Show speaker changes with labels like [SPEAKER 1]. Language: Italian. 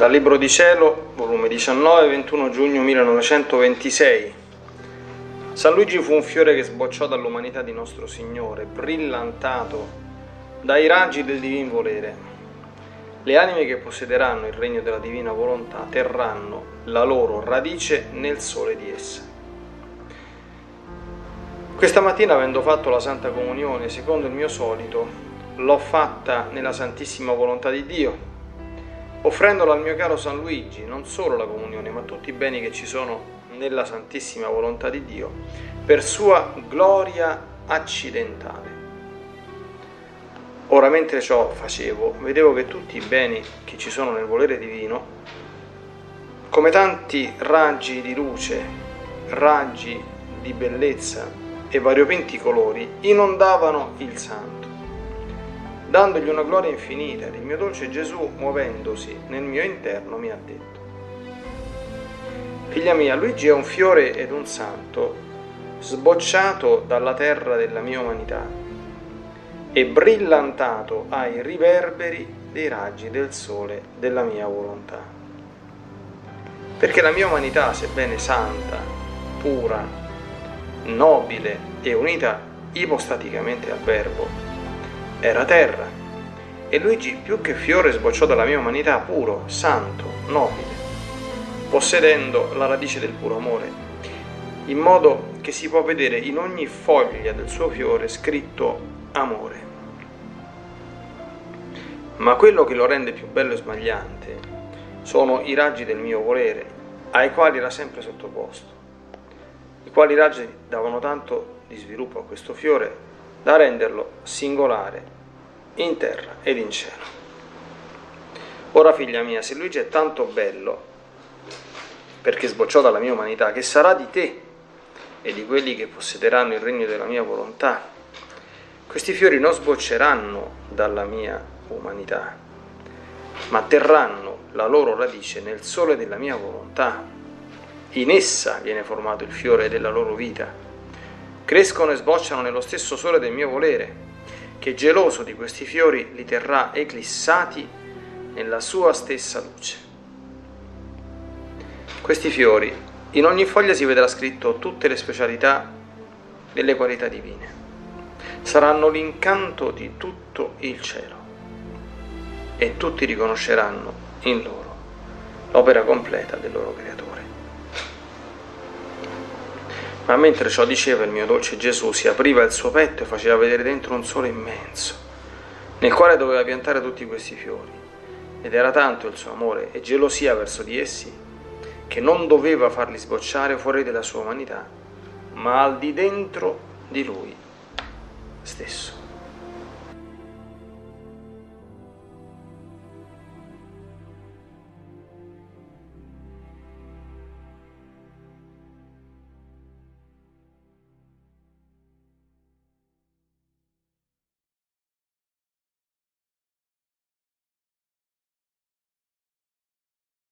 [SPEAKER 1] Dal Libro di Cielo, volume 19, 21 giugno 1926. San Luigi fu un fiore che sbocciò dall'umanità di nostro Signore, brillantato dai raggi del divin volere. Le anime che possederanno il regno della divina volontà terranno la loro radice nel sole di essa. Questa mattina, avendo fatto la Santa Comunione, secondo il mio solito, l'ho fatta nella Santissima Volontà di Dio, offrendola al mio caro San Luigi, non solo la comunione, ma tutti i beni che ci sono nella Santissima Volontà di Dio, per sua gloria accidentale. Ora, mentre ciò facevo, vedevo che tutti i beni che ci sono nel volere divino, come tanti raggi di luce, raggi di bellezza e variopinti colori, inondavano il Santo, dandogli una gloria infinita. Il mio dolce Gesù, muovendosi nel mio interno, mi ha detto: figlia mia, Luigi è un fiore ed un santo sbocciato dalla terra della mia umanità e brillantato ai riverberi dei raggi del sole della mia volontà. Perché la mia umanità, sebbene santa, pura, nobile e unita ipostaticamente al Verbo, era terra, e Luigi, più che fiore, sbocciò dalla mia umanità puro, santo, nobile, possedendo la radice del puro amore, in modo che si può vedere in ogni foglia del suo fiore scritto amore. Ma quello che lo rende più bello e smagliante sono i raggi del mio volere, ai quali era sempre sottoposto, i quali raggi davano tanto di sviluppo a questo fiore da renderlo singolare in terra ed in cielo. Ora, figlia mia, se Luigi è tanto bello perché sbocciò dalla mia umanità, che sarà di te e di quelli che possederanno il regno della mia volontà? Questi fiori non sbocceranno dalla mia umanità, ma terranno la loro radice nel sole della mia volontà. In essa viene formato il fiore della loro vita. Crescono e sbocciano nello stesso sole del mio volere, che geloso di questi fiori li terrà eclissati nella sua stessa luce. Questi fiori, in ogni foglia si vedrà scritto tutte le specialità delle qualità divine. Saranno l'incanto di tutto il cielo, e tutti riconosceranno in loro l'opera completa del loro Creatore. Ma mentre ciò diceva, il mio dolce Gesù si apriva il suo petto e faceva vedere dentro un sole immenso, nel quale doveva piantare tutti questi fiori. Ed era tanto il suo amore e gelosia verso di essi, che non doveva farli sbocciare fuori della sua umanità, ma al di dentro di lui stesso.